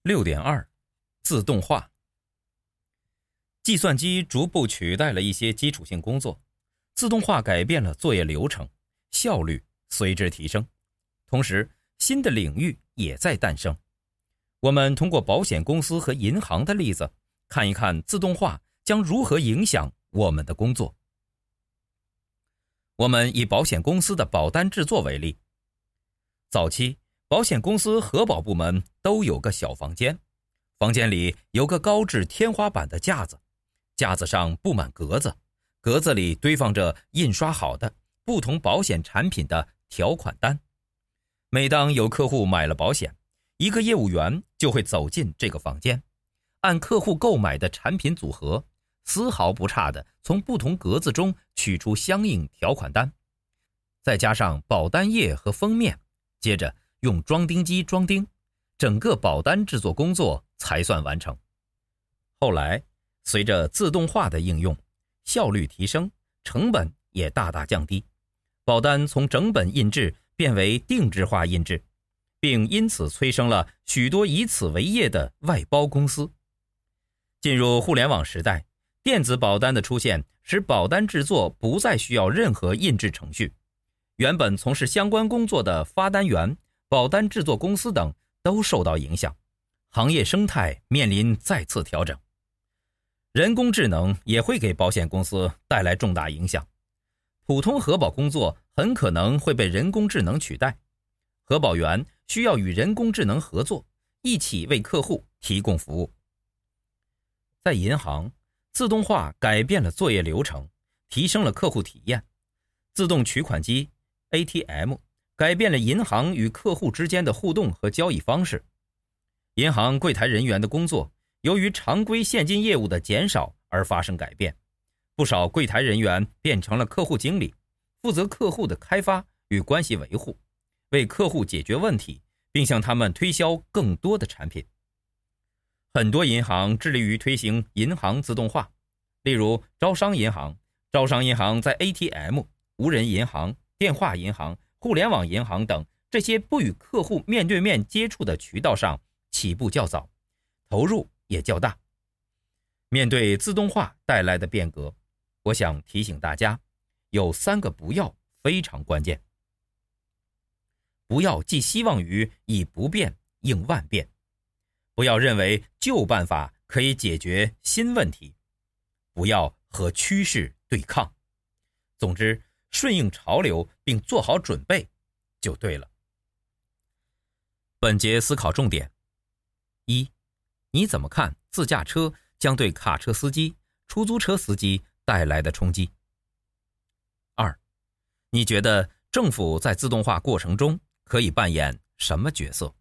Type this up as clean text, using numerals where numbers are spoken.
6.2 自动化。计算机逐步取代了一些基础性工作，自动化改变了作业流程，效率随之提升。同时，新的领域也在诞生。我们通过保险公司和银行的例子，看一看自动化将如何影响我们的工作。我们以保险公司的保单制作为例，早期保险公司核保部门都有个小房间，房间里有个高至天花板的架子，架子上布满格子，格子里堆放着印刷好的不同保险产品的条款单。每当有客户买了保险，一个业务员就会走进这个房间，按客户购买的产品组合，丝毫不差地从不同格子中取出相应条款单，再加上保单页和封面，接着用装订机装订，整个保单制作工作才算完成。后来，随着自动化的应用，效率提升，成本也大大降低，保单从整本印制变为定制化印制，并因此催生了许多以此为业的外包公司。进入互联网时代，电子保单的出现使保单制作不再需要任何印制程序，原本从事相关工作的发单员、保单制作公司等都受到影响，行业生态面临再次调整。人工智能也会给保险公司带来重大影响，普通核保工作很可能会被人工智能取代，核保员需要与人工智能合作，一起为客户提供服务。在银行，自动化改变了作业流程，提升了客户体验。自动取款机 ATM 改变了银行与客户之间的互动和交易方式。银行柜台人员的工作由于常规现金业务的减少而发生改变，不少柜台人员变成了客户经理，负责客户的开发与关系维护，为客户解决问题，并向他们推销更多的产品。很多银行致力于推行银行自动化，例如招商银行。招商银行在 ATM、无人银行、电话银行、互联网银行等这些不与客户面对面接触的渠道上起步较早，投入也较大。面对自动化带来的变革，我想提醒大家，有3个不要非常关键。不要寄希望于以不变应万变，不要认为旧办法可以解决新问题，不要和趋势对抗。总之，顺应潮流并做好准备就对了。本节思考重点： 1. 你怎么看自驾车将对卡车司机、出租车司机带来的冲击？ 2. 你觉得政府在自动化过程中可以扮演什么角色？